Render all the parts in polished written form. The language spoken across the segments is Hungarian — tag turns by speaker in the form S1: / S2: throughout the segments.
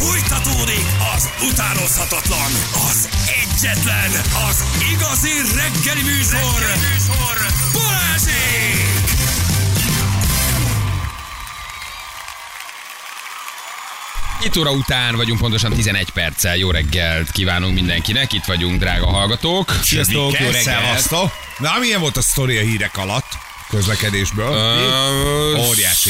S1: Fújtatódik az utánozhatatlan, az egyetlen, az igazi reggeli műsor, Balázsék!
S2: Itt óra után vagyunk, pontosan 11 perccel. Jó reggelt kívánunk mindenkinek. Itt vagyunk, drága hallgatók.
S3: Sziasztok, jó reggelt. Na, milyen volt a sztori a hírek alatt? Közlekedésből? Óriási.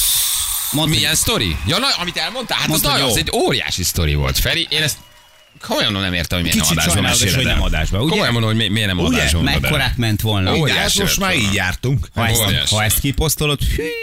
S2: Milyen sztori? Ja, amit elmondtál? Hát az egy óriási sztori volt, Feri. Én ezt komolyan nem értem, hogy miért nem adásban meséled.
S4: Hogy nem adásban, ugye?
S2: Komolyan mondom, hogy miért nem adásban.
S4: Mekkorát ment volna.
S3: Hát most már így jártunk.
S4: Ha ezt kiposztolod,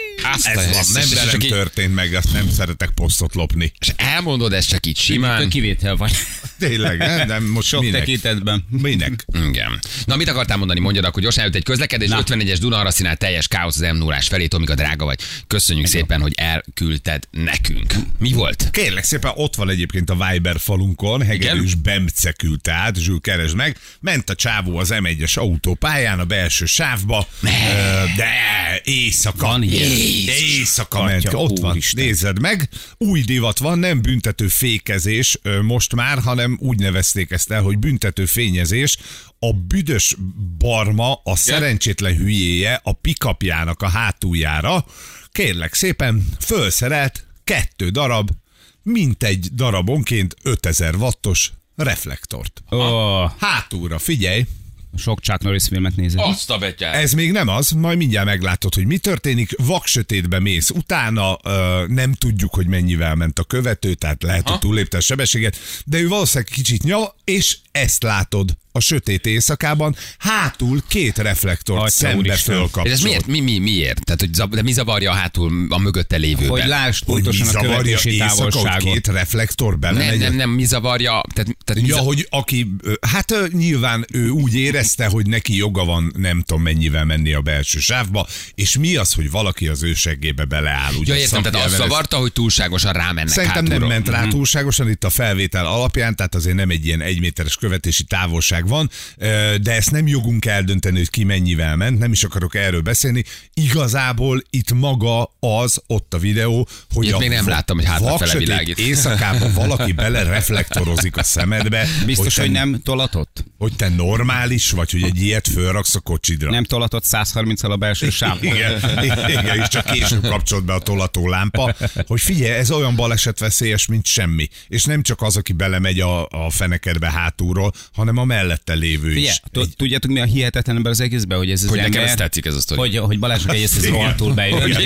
S3: ez van, nem történt meg, azt nem szeretek posztot lopni.
S2: És elmondod ezt csak így simán.
S4: Kivétel vagy.
S3: Tényleg, nem? Most
S4: sok
S3: minek?
S4: tekintetben.
S3: Minek?
S2: Igen. Na, mit akartál mondani? Mondjad, akkor gyorsan előtt egy közlekedés, 51-es Dunaharaszínál teljes káosz az M0-ás felé. Tomika, drága vagy. Köszönjük szépen, hogy elküldted nekünk. Mi volt?
S3: Kérlek szépen, ott van egyébként a Viber falunkon, Hegedűs Bemce küldte át, Zsül, keresd meg. Ment a csávó az M1-es autópályán a belső sávba, de éjszaka. Éjszaka ment, ott van, nézed meg. Új divat van, nem büntető fékezés most már, hanem úgy nevezték ezt el, hogy büntető fényezés. A büdös barma, a szerencsétlen hülyéje a pikapjának a hátuljára, kérlek szépen, fölszerelt 2 darab, mintegy darabonként 5000 wattos reflektort. Hátulra, figyelj!
S4: Sok Chuck Norris filmet nézek.
S2: Azt a betyár.
S3: Ez még nem az, majd mindjárt meglátod, hogy mi történik. Vaksötétbe mész utána, nem tudjuk, hogy mennyivel ment a követő, tehát lehet, hogy túllépte a sebességet, de ő valószínűleg kicsit nyal, és ezt látod a sötét éjszakában, hátul 2 reflektort szembe fölkapcsolt.
S2: És ez miért? Miért? Tehát, hogy mi zavarja a hátul a mögötte lévőben?
S4: Hogy lásd pontosan a követési távolságot.
S3: 2 reflektor belemegy.
S2: Nem, mi zavarja?
S3: Hogy aki, hát nyilván ő úgy érezte, hogy neki joga van nem tudom mennyivel menni a belső sávba, és mi az, hogy valaki az ő seggébe beleáll.
S2: Ja, értem, tehát azt zavarta, hogy túlságosan rámennek
S3: Szerintem
S2: hátulról.
S3: nem ment rá túlságosan itt a felvétel alapján, tehát azért nem egy ilyen 1 méteres követési távolság van, de ezt nem jogunk eldönteni, hogy ki mennyivel ment, nem is akarok erről beszélni. Igazából itt maga az, ott a videó, hogy
S2: itt még nem láttam, hogy hátrafele világít.
S3: Éjszakában valaki bele reflektorozik a szemedbe.
S4: Biztos, hogy nem tolatott?
S3: Hogy te normális vagy, hogy egy ilyet fölraksz a kocsidra.
S4: Nem tolatott 130-al a belső sávban.
S3: Igen, és csak később kapcsolt be a tolató lámpa, hogy figyelj, ez olyan balesetveszélyes, mint semmi. És nem csak az, aki belemegy a fenekedbe hátulról, hanem a mellette lévő is.
S2: Tudjátok, mi a hihetetlen ebben az egészben, hogy ez az ember... Nekem tetszik ez a sztori.
S4: Hogy Balázsnak egész rohadtul bejön.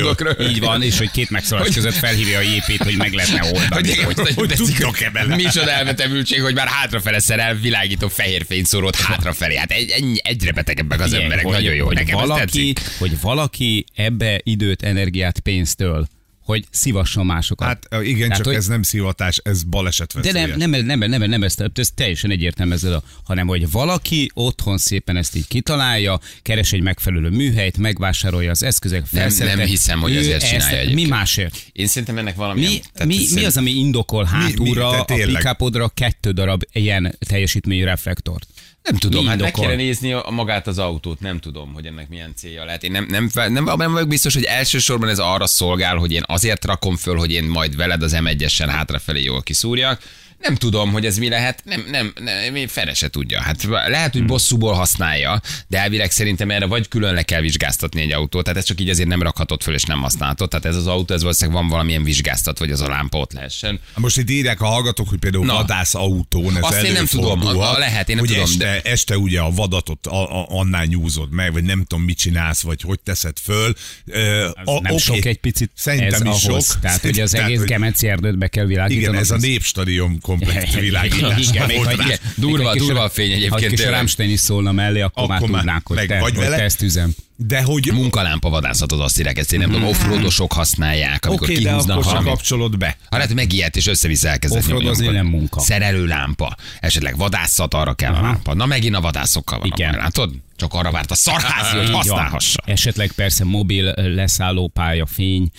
S4: Így van, és hogy 2 megszólás között felhívja a jépét, hogy meg lehetne oldani.
S3: Hogy tudtok-e bele?
S2: Micsoda elvetemültség, hogy már hátrafele szerel világító fehér fényszórót hátrafelé. Hát egyre betegebbek az emberek. Nagyon jó, hogy nekem ez tetszik.
S4: Hogy valaki ebbe időt, energiát, pénztől, hogy szívasson másokat.
S3: Hát igen, tehát, csak ez nem szivatás, ez balesetveszélyes.
S4: De nem ez teljesen egyértelmű ezzel, hanem hogy valaki otthon szépen ezt így kitalálja, keres egy megfelelő műhelyt, megvásárolja az eszközök,
S2: nem hiszem, hogy ezért csinálja egyébként.
S4: Mi másért?
S2: Én szerintem ennek valami...
S4: Mi az, ami indokol hátulra a pick-upodra 2 darab ilyen teljesítményű reflektort?
S2: Nem tudom, hát meg kéne nézni magát az autót, nem tudom, hogy ennek milyen célja lehet. Én nem vagyok biztos, hogy elsősorban ez arra szolgál, hogy én azért rakom föl, hogy én majd veled az M1-esen hátrafelé jól kiszúrjak. Nem tudom, hogy ez mi lehet, nem fene se tudja. Hát lehet, hogy bosszúból használja, de elvileg szerintem erre vagy külön le kell vizsgáztatni egy autót, tehát ez csak így azért nem rakhatod föl és nem használhatod. Tehát ez az autó, ez valószínűleg van valamilyen vizsgáztat, hogy az a lámpa ott lehessen.
S3: Most itt írják a hallgatók, hogy például vadászautón ez
S2: azt én nem tudom, lehet, én nem tudom.
S3: Este ugye a vadatot annál nyúzod meg, vagy nem tudom, mit csinálsz, vagy hogy teszed föl.
S4: Nem sok egy picit
S3: szerintem
S4: ez
S3: is
S4: ahhoz.
S3: sok.
S4: Tehát, hogy az egész Gemenci erdőt be kell világítani.
S3: Igen, ez a Népstadion komplex világítás.
S2: Durva a fény egyébként.
S4: Ha kis Rammstein is szólna mellé, akkor már tudnánk, hogy te ezt üzem.
S3: De hogy...
S2: Munkalámpa vadászatod, azt írják, ezt én nem tudom, offroadosok használják, amikor kihúznak
S3: valamit. Kapcsolod be.
S2: Ha lehet, hogy megijedt és össze-vissza elkezdett nyomni.
S4: Offroadozni nem munka.
S2: Szerelő lámpa, esetleg vadászat, arra kell a lámpa. Na megint a vadászokkal van. Igen. Látod? Csak arra várt a szarházi, hogy használhassa.
S4: Esetleg persze mobil leszállópálya, fény.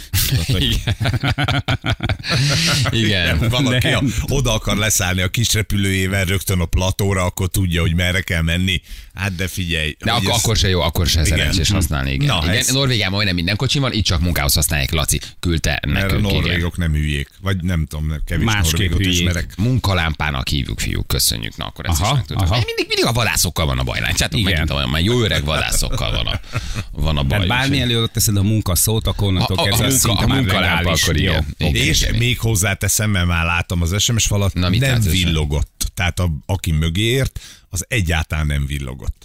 S2: Igen.
S3: Van, aki oda akar leszállni a kis repülőjével rögtön a platóra, akkor tudja, hogy merre kell menni. Hát de figyelj.
S2: De akkor se jó, akkor se szerencsés. is használni, igen.
S3: Na,
S2: igen. Norvégiában majdnem minden kocsi van, itt csak munkához használják, Laci küldte
S3: Mert a
S2: nekünk.
S3: norvégok nem hülyék. Vagy nem tudom, kevés
S4: Másképp
S3: norvégot
S4: hülyék.
S3: ismerek.
S2: Munkalámpának hívjuk, fiúk, köszönjük. Na, akkor ezt is megtudom. Mindig a vadászokkal van a baj, látjátok?
S4: Igen.
S2: Megint olyan, már jó öreg vadászokkal van a baj.
S4: Tehát bármi előtt teszed a munkaszót, akkor onnantól kezdve szinte
S2: a
S4: már
S2: munkalámpa,
S4: legális.
S2: akkor igen.
S4: Jó.
S2: Igen.
S3: És még hozzáteszem, mert már látom az SMS falat,
S2: Na, mit
S3: nem
S2: látsz,
S3: villogott. Tehát aki mögé ért, az egyáltalán nem villogott.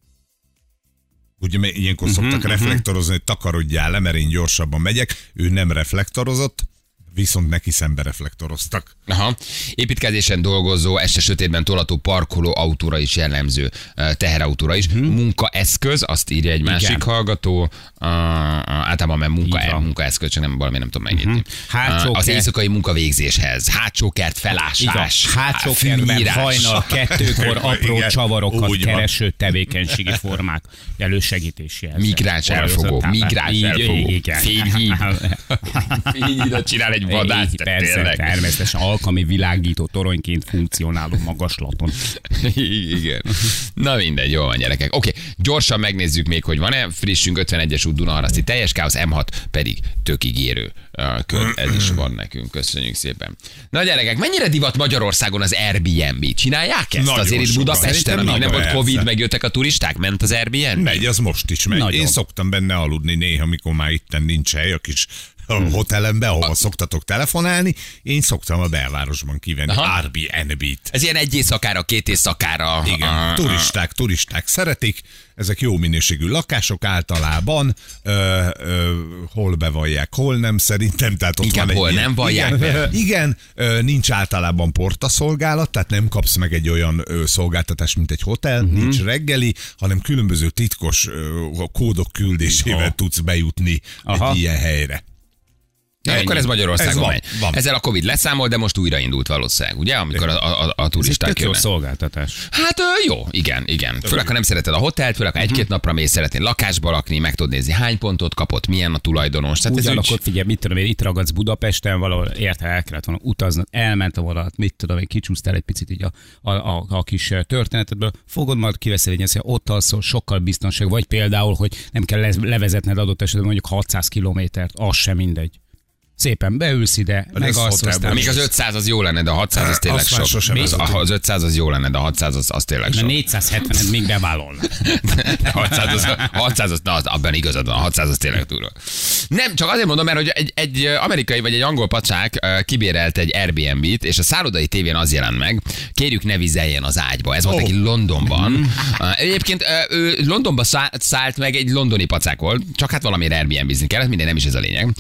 S3: Ugye ilyenkor szoktak reflektorozni, hogy takarodjál le, mert én gyorsabban megyek. Ő nem reflektorozott, viszont neki szembe reflektoroztak.
S2: Aha. Építkezésen dolgozó, este sötétben tolató parkoló autóra is jellemző, teherautóra is. Munkaeszköz, azt írja egy másik
S4: Igen.
S2: hallgató. Általában mert
S4: Így van.
S2: munkaeszköz, csak nem valami nem tudom megírni.
S4: Hátsó
S2: Az
S4: kert-
S2: éjszakai munkavégzéshez. Hátsó kert felásás.
S4: Hátsó kertben
S2: fűnyírás.
S4: hajnal 2-kor apró
S3: Igen,
S4: csavarokat
S3: úgy van.
S4: kereső tevékenységi formák elősegítési jelző.
S2: Migráns elfogó, migráns elfogó. Fényhíd. Fényhídat csinál egy vadász.
S4: Így, persze, természetesen alkalmi világító toronyként funkcionáló magaslaton.
S2: Igen. Na mindegy, jól van, gyerekek. Oké, gyorsan megnézzük még, hogy van-e frissünk 51-es út Dunaharaszti teljes káosz, M6 pedig tök ígérő. Ez is van nekünk, köszönjük szépen. Na gyerekek, mennyire divat Magyarországon az Airbnb? Csinálják ezt?
S3: Nagyon
S2: Azért itt
S3: sokan.
S2: Budapesten,
S3: Szerintem
S2: amíg nem volt
S3: nagyon
S2: Covid,
S3: persze.
S2: megjöttek a turisták, ment az Airbnb?
S3: Megy, az most is megy.
S4: Nagyon.
S3: Én szoktam benne aludni néha, amikor már itten nincs hely a kis hotelembe, ahova szoktatok telefonálni. Én szoktam a belvárosban kivenni
S2: Aha.
S3: Airbnb-t.
S2: Ez ilyen egy éjszakára, 2 éjszakára.
S3: Igen, turisták szeretik, ezek jó minőségű lakások általában, hol bevallják, hol nem szerintem, tehát ott
S2: Inkább
S3: van egy
S2: hol
S3: ilyen-
S2: nem vallják be.
S3: Igen, nincs általában portaszolgálat, tehát nem kapsz meg egy olyan szolgáltatást, mint egy hotel, nincs reggeli, hanem különböző titkos kódok küldésével tudsz bejutni
S4: Aha.
S3: egy ilyen helyre.
S2: Ja, akkor ez Magyarországon
S3: Ez van,
S2: megy.
S3: van.
S2: Ezzel a Covid leszámol, de most újraindult valószínűleg, ugye? Amikor a
S4: Ez egy
S2: turisták
S4: tök jó
S2: jönnek.
S4: szolgáltatás.
S2: Hát jó, igen. Főleg, ha nem szereted a hotelt, főleg, ha egy-két napra mész, szeretnél lakásba lakni, meg tudod nézni, hány pontot kapott, milyen a tulajdonos. Tehát ez
S4: Ugyanakkor
S2: úgy,
S4: figyelj, mit tudom én, itt ragadsz Budapesten, valahol érte el kellett volna utaznod, elment a vonat, mit tudom én, kicsúsztál egy picit így a kis történetedből, fogod majd kiveszel egy hogy ott alszol, sokkal biztonság, vagy például, hogy nem kell levezetned adott esetben mondjuk 600 kilométert, az sem mindegy. Szépen beülsz ide,
S3: ez
S4: megalszol,
S3: hotelben
S4: aztán
S2: még az 500 az jó lenne, de a 600 az tényleg
S3: Azt már
S2: sok.
S3: sosem vezetünk.
S2: Az 500 az jó lenne, de a 600 az tényleg sok.
S4: 470-et még bevállalna.
S2: 600 az, na, abban igazad van, a 600 az tényleg túl. Nem, csak azért mondom, mert hogy egy amerikai vagy egy angol pacák kibérelt egy Airbnb-t, és a szállodai tévén az jelent meg, kérjük ne vizeljen az ágyba. Ez volt neki Londonban. Egyébként ő Londonba szállt meg, egy londoni pacák volt, csak hát valamiért Airbnb-zni kellett, minden nem is ez a lényeg.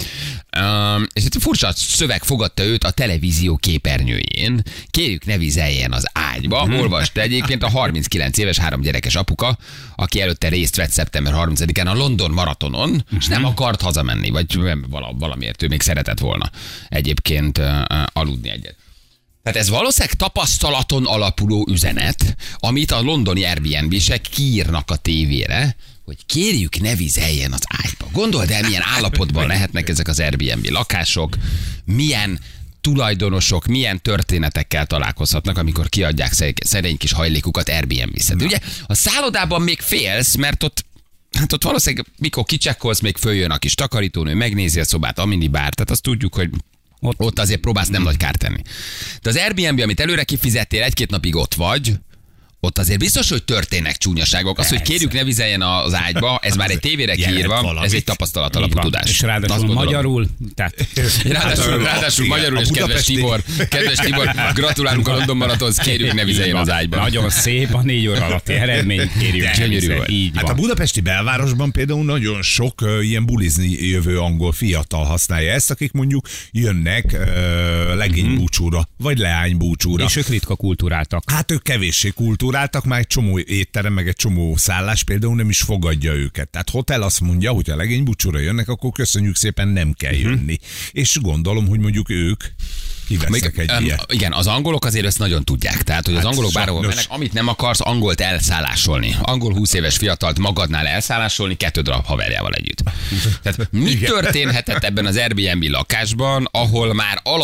S2: És egy furcsa szöveg fogadta őt a televízió képernyőjén. Kérjük ne vizeljen az ágyba. Olvasta egyébként a 39 éves 3 gyerekes apuka, aki előtte részt vett szeptember 30-án a London maratonon, és nem akart hazamenni, vagy valamiért ő még szeretett volna egyébként aludni egyet. Tehát ez valószínűleg tapasztalaton alapuló üzenet, amit a londoni Airbnb-sek kiírnak a tévére, hogy kérjük ne vizeljen az ágyba. Gondold el, milyen állapotban lehetnek ezek az Airbnb lakások, milyen tulajdonosok, milyen történetekkel találkozhatnak, amikor kiadják szerény kis hajlékukat Airbnb-szetni. Ugye a szállodában még félsz, mert ott valószínűleg mikor kicsekkolsz, még följön a kis takarítónő, megnézi a szobát, a minibár, tehát azt tudjuk, hogy ott azért próbálsz nem nagy kárt tenni. De az Airbnb, amit előre kifizettél, 1-2 napig ott vagy, ott azért biztos, hogy történnek csúnyaságok. Az, hogy kérjük ne vizeljen az ágyba, ez már egy tévére kiírva, ez egy tapasztalat alapú tudás.
S4: És ráadásul magyarul, tehát
S2: Ráadásul magyarul, és kedves Tibor, gratulálunk a London Marathonhoz, kérjük ne vizeljen az ágyba.
S4: Nagyon szép a 4 óra alatti eredmény, kérjük.
S2: Gyönyörű volt.
S4: Így
S3: Hát a
S4: van.
S3: budapesti belvárosban például nagyon sok ilyen bulizni jövő angol fiatal használja ezt, akik mondjuk jönnek legénybúcsúra, vagy leánybúcsúra.
S4: És ők ritka kultúráltak.
S3: Hát ők kevéssé kultúráltak, már egy csomó étterem, meg egy csomó szállás például nem is fogadja őket. Tehát hotel azt mondja, hogy ha legénybúcsúra jönnek, akkor köszönjük szépen, nem kell jönni. És gondolom, hogy mondjuk ők kivesznek egy ilyet.
S2: Igen, az angolok azért ezt nagyon tudják. Tehát, hogy az
S3: Hát
S2: angolok bárhol
S3: sajnos.
S2: mennek, amit nem akarsz, angolt elszállásolni. Angol 20 éves fiatalt magadnál elszállásolni 2 darab haverjával együtt. Tehát mi történhetett ebben az Airbnb lakásban, ahol már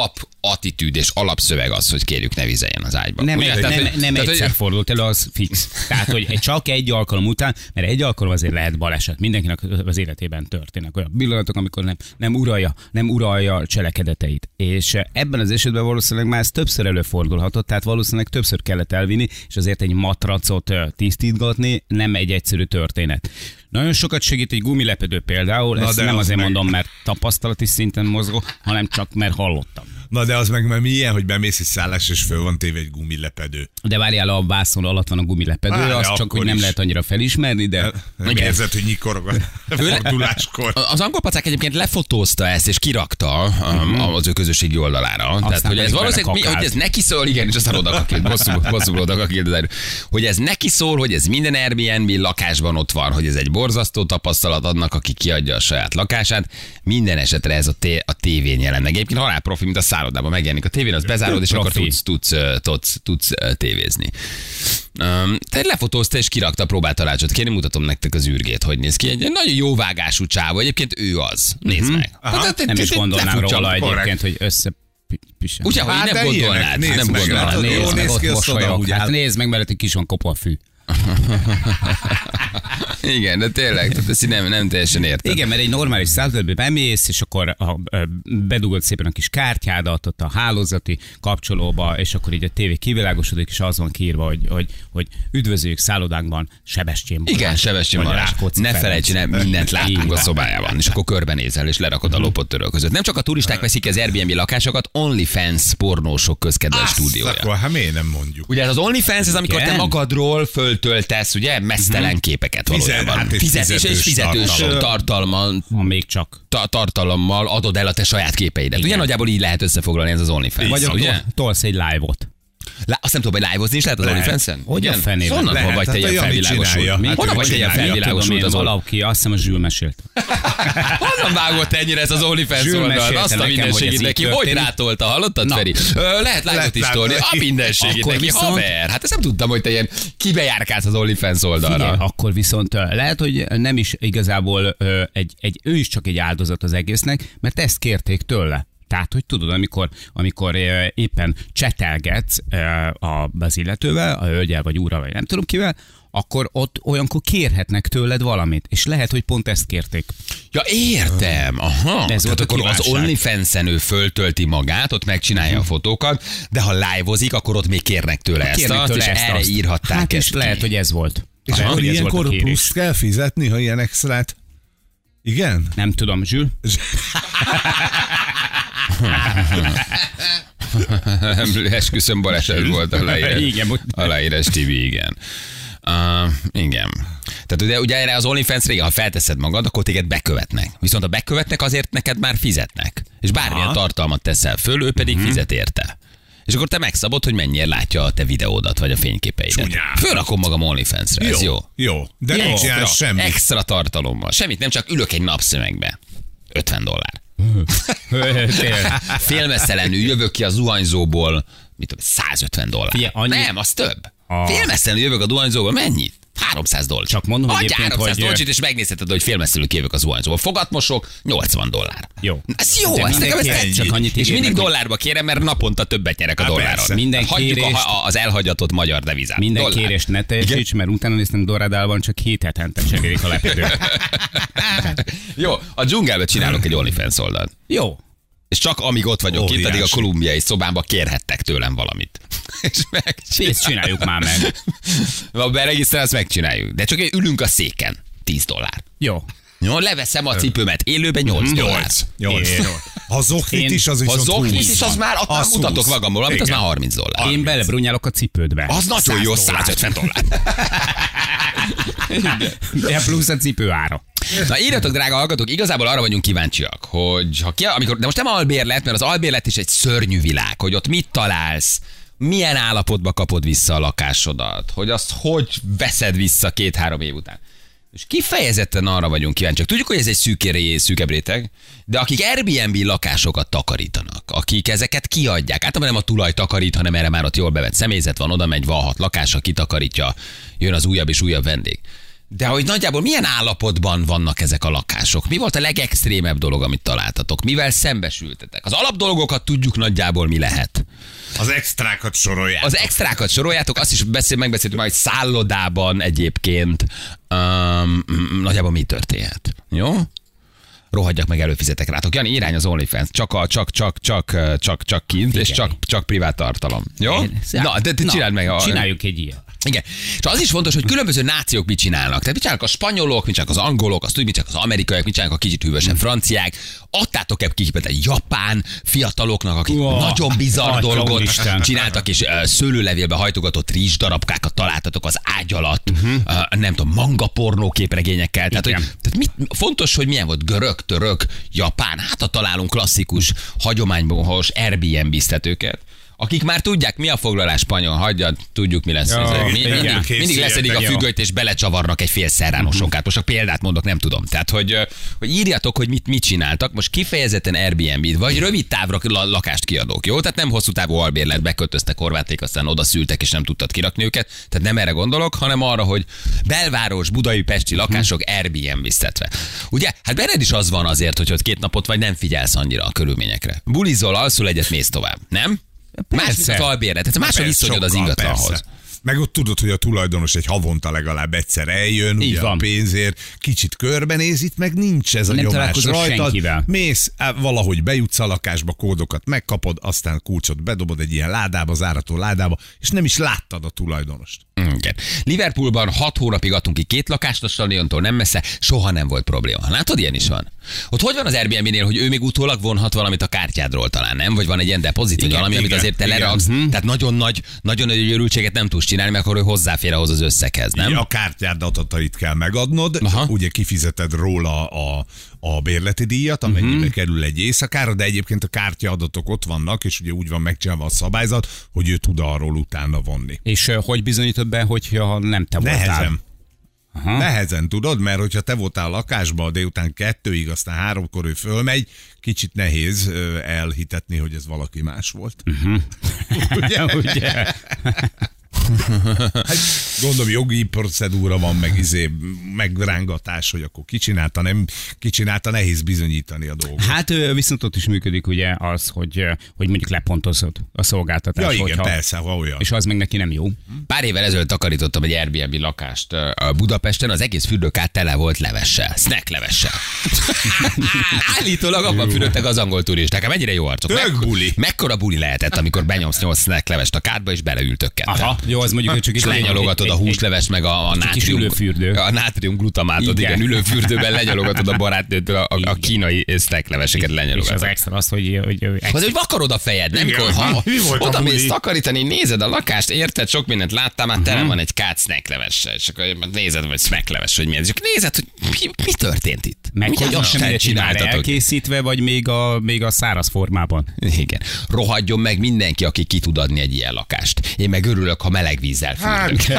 S2: attitűd és alapszöveg az, hogy kérjük ne vizeljen az ágyba.
S4: Nem,
S2: Ugye?
S4: nem
S2: Tehát,
S4: egyszer fordult elő, az fix. Tehát, hogy csak egy alkalom után, mert egy alkalom azért lehet baleset. Mindenkinek az életében történnek olyan pillanatok, amikor nem uralja a cselekedeteit. És ebben az esetben valószínűleg már ez többször előfordulhatott, tehát valószínűleg többször kellett elvinni, és azért egy matracot tisztítgatni nem egy egyszerű történet. Nagyon sokat segít egy gumilepedő például, ezt nem azért mondom, mert tapasztalati szinten mozgok, hanem csak mert hallottam.
S3: Na de az meg milyen, hogy bemész egy szállás, és föl van téve egy gumilepedő.
S4: De várjál, a vászon alatt van a gumilepedő, az csak, hogy nem lehet annyira felismerni, de...
S3: Nem érzed, hogy nyikorog a forduláskor.
S2: Az angolpacák egyébként lefotózta ezt, és kirakta az ő közösségi oldalára. Tehát, hogy ez valószínűleg, hogy ez neki szól, igen, és aztán odakakilt, bosszúból odakakilt, hogy ez neki szól, hogy ez minden Airbnb lakásban ott van, hogy ez egy borzasztó tapasztalat annak, aki kiadja a saját lakását. Minden esetre ez a tévén jelen meg. Egyébként halál profi, mint a szállodában megjelenik a tévén, az bezárod, és akkor tudsz tévézni. Tehát lefotózta és kirakta, próbált tanácsot kérni, mutatom nektek az űrgét, hogy néz ki. Egy nagyon jó vágású csávó, egyébként ő az. Nézd meg.
S4: Nem is gondolnám róla egyébként, hogy összepisen.
S2: Ugye, hogy nem gondolnád.
S3: Nézd meg,
S4: Hát nézd meg, mert egy kis van kopva a fű.
S2: Igen, de tényleg, tehát ezt nem teljesen értem.
S4: Igen, mert egy normális szállodában bemész, és akkor bedugod szépen a kis kártyádat ott a hálózati kapcsolóba, és akkor így a tévé kivilágosodik, és az van kiírva, hogy üdvözöljük szállodánkban Sebestyén Balázs.
S2: Igen, Sebestyén Balázs. Ne felejts, mindent látunk a szobájában, és akkor körbenézel, és lerakod a lopott török között. Nem csak a turisták veszik az Airbnb lakásokat, OnlyFans pornósok közkedves stúdiója.
S3: Akkor hát miért nem mondjuk?
S2: Ugye az OnlyFans, ez amikor te magadról föltöltesz, ugye, mesztelen képeket valójában. Fizetős tartalommal.
S4: Még csak.
S2: Tartalommal adod el a te saját képeidet. Ugye nagyjából így lehet összefoglalni ez az OnlyFans.
S4: Vagy ugye? Tolsz egy live-ot.
S2: Azt nem tudom, hogy live-ozni is lehet az OnlyFans-en?
S4: Hogy a fenében?
S2: Honnan vagy te ilyen felvilágosult? Honnan vagy te ilyen felvilágosult az
S4: valaki? Azt hiszem a Zsül mesélt.
S2: Honnan vágott ennyire ez az OnlyFans oldal? Azt a mindenségét neki. Hogy rátolta? Hallottad, Feri? Lehet live-ot is tolni. A mindenségét neki. Haver. Hát ezt nem tudtam, hogy te ilyen kibejárkálsz az OnlyFans oldalra.
S4: Akkor viszont lehet, hogy nem is igazából ő is csak egy áldozat az egésznek, mert ezt kérték tőle. Tehát, hogy tudod, amikor éppen csetelgetsz az illetővel, a hölgyel vagy úrral, vagy nem tudom kivel, akkor ott olyankor kérhetnek tőled valamit, és lehet, hogy pont ezt kérték.
S2: Ja, értem. Aha. Ez volt akkor az OnlyFans-en ő föltölti magát, ott megcsinálja a fotókat, de ha live-ozik, akkor ott még kérnek tőle ezt, és erre írhatták
S4: hát
S2: ezt
S4: és lehet, hogy ez volt.
S3: És akkor ilyenkor plusz kell fizetni, ha ilyen extrát? Igen?
S4: Nem tudom, Zsül.
S2: Esküszöm, baleset volt aláírás TV, igen. Igen. Tehát ugye erre az OnlyFans régen, ha felteszed magad, akkor téged bekövetnek. Viszont ha bekövetnek, azért neked már fizetnek. És bármilyen tartalmat teszel föl, ő pedig fizet érte. És akkor te megszabod, hogy mennyire látja a te videódat, vagy a fényképeidet. Fölrakom magam OnlyFans-re, ez jó.
S3: Jó, de nem csinálsz semmit.
S2: Extra tartalommal. Semmit, nem csak ülök egy napszemegbe. $50. Félmeztelenül jövök ki a zuhanyzóból, mit tudom, $150. Nem, az több. Félmeztelenül jövök a zuhanyzóból, mennyit? $300.
S4: Csak mondom, hogy egyébként,
S2: $300 és megnézheted, hogy félmeztelenül kijövök a zuhanyzóból. Fogatmosok, $80.
S4: Jó.
S2: Ez jó, ez nekem tetszik. És mindig dollárba kérem, mert naponta többet nyerek a dolláron. Hagyjuk az elhagyatott magyar devizát.
S4: Minden kérést ne teljesíts, mert utána néztem Doradálban csak 7 hetente cserélik a lepedőt.
S2: Jó, a dzsungelbe csinálok egy OnlyFans oldalt.
S4: Jó.
S2: És csak amíg ott vagyok itt, addig a kolumbiai szobámba kérhettek tőlem valamit. És
S4: ezt csináljuk már meg.
S2: Ha beregisztrálsz, megcsináljuk. De csak ülünk a széken. $10.
S4: Jó.
S2: Jó, leveszem a cipőmet élőben $8.
S3: 8. Ha zoknit is, az viszont 20.
S2: Ha zoknit is, az már mutatok magamból, amit az már $30.
S4: Én belebrunyálok a cipődbe.
S2: Az nagyon jó, $150.
S4: De plusz a cipő ára.
S2: Na írjatok, drága hallgatók, igazából arra vagyunk kíváncsiak, hogy de most nem albérlet, mert az albérlet is egy szörnyű világ, hogy ott mit találsz, milyen állapotba kapod vissza a lakásodat, hogy azt hogy veszed vissza 2-3 év után. És kifejezetten arra vagyunk kíváncsiak. Tudjuk, hogy ez egy szűkebb réteg, de akik Airbnb lakásokat takarítanak, akik ezeket kiadják, általában nem a tulaj takarít, hanem erre már ott jól bevett személyzet van, oda megy, van 6 lakása, kitakarítja, jön az újabb és újabb vendég. De hogy nagyjából milyen állapotban vannak ezek a lakások? Mi volt a legextrémebb dolog, amit találtatok? Mivel szembesültetek? Az alapdolgokat tudjuk nagyjából mi lehet.
S3: Az extrákat soroljátok.
S2: Az extrákat soroljátok, azt is megbeszéltük majd szállodában egyébként. Nagyjából mi történhet? Jó? Rohadjak meg, előfizetek rátok. Jani, irány az OnlyFans. Csak kint, és csak privát tartalom. Jó? Na, de csináld meg.
S4: Csináljuk egy ilyet.
S2: Igen. És az is fontos, hogy különböző nációk mit csinálnak. Tehát mit csinálnak a spanyolok, mit csinálnak az angolok, azt tudjuk, mit csinálnak az amerikaiak, mit csinálnak a kicsit hűvösen franciák. Adtátok-e kihipet japán fiataloknak, akik nagyon bizarr dolgot csináltak, és szőlőlevélbe hajtogatott rizs darabkákat találtatok az ágy alatt, nem tudom, manga pornó képregényekkel. Tehát fontos, hogy milyen volt görög, török, japán. Hát ha találunk klasszikus, hagyományos Airbnb-ztetőket, akik már tudják, mi a foglalás spanyol, hagyjad, tudjuk, mi lesz. Mindig leszedik a függönyt, és belecsavarnak egy fél szerránosonkát. Most csak példát mondok, nem tudom. Tehát, hogy írjatok, hogy mit csináltak. Most kifejezetten Airbnb-t, vagy rövid távra lakást kiadók, jó? Tehát nem hosszú távú albérlet, beköltöztek Horváték, aztán oda szültek, és nem tudtad kirakni őket. Tehát nem erre gondolok, hanem arra, hogy belváros, budai, pesti lakások Airbnb-ztetve. Ugye? Hát benned is az van azért, hogy ott 2 napot vagy nem figyelsz annyira a körülményekre. Bulizol, alszol egyet, mész tovább. Nem? Más, mint az albérlet. Tehát más a viszonyod az ingatlanhoz. Persze.
S3: Meg ott tudod, hogy a tulajdonos egy havonta legalább egyszer eljön, ugye a pénzért, kicsit körbenéz, itt meg nincs ez a nyomás rajtad. Mész, valahogy bejutsz a lakásba, kódokat megkapod, aztán kulcsot bedobod egy ilyen ládába, zárató ládába, és nem is láttad a tulajdonost.
S2: Igen. Liverpoolban 6 hónapig adtunk ki 2 lakást a stadiontól, nem messze, soha nem volt probléma. Látod, ilyen is van. Ott hogy van az Airbnb-nél, hogy ő még utólag vonhat valamit a kártyádról talán, nem? Vagy van egy ilyen depozit, vagy valami, amit azért te leraksz. Tehát nagyon nagy örültséget nem tudsz csinálni, mert akkor ő hozzáfér ahhoz az összeghez, nem?
S3: A kártyád adatait kell megadnod, ugye kifizeted róla a bérleti díjat, amennyibe kerül egy éjszakára, de egyébként a kártyaadatok ott vannak, és ugye úgy van megcsinálva a szabályzat, hogy ő tud arról utána vonni.
S4: És hogy bizonyítod be, hogyha nem te voltál?
S3: Nehezen. Nehezen tudod, mert hogyha te voltál lakásba délután 2-ig, aztán 3-kor ő fölmegy, kicsit nehéz elhitetni, hogy ez valaki más volt.
S4: Ugye?
S3: Hát, gondolom, jogi procedúra van, megrángatás, hogy akkor kicsinálta, nem kicsinálta, nehéz bizonyítani a dolgot.
S4: Hát viszont ott is működik ugye az, hogy mondjuk lepontozod a szolgáltatást.
S3: Ja igen, persze, ha olyan.
S4: És az meg neki nem jó.
S2: Pár évvel ezelőtt takarítottam egy Airbnb lakást Budapesten, az egész fürdőkád tele volt levessel, snack levessel. Állítólag abban fürödtek az angol turisták. Mennyire jó arcok. Mekkora buli lehetett, amikor benyomsz 8 snack levest a kádba, és beleültök ketten.
S4: Aha, jó, az mondjuk, hogy csak is
S2: lenyalogatod a húslevest, meg a nátrium glutamátot, igen, ülőfürdőben lenyalogatod a barátnőtől a kínai sztekleveseket lenyalogatod.
S4: És az extra az, hogy
S2: vakarod a fejed, nem? Oda mész takarítani, nézed a lakást, érted, sok mindent láttál, már tele van egy kád snackleves, és akkor nézed, vagy snackleves, hogy mi ez. És nézed, hogy mi történt itt.
S4: Meg hogy azt sem csináltatok. Elkészítve, vagy még a száraz formában.
S2: Igen. Rohadjon meg mindenki, aki ki tud adni egy ilyen lakást. Én meg örülök, ha meleg vízzel fürdök.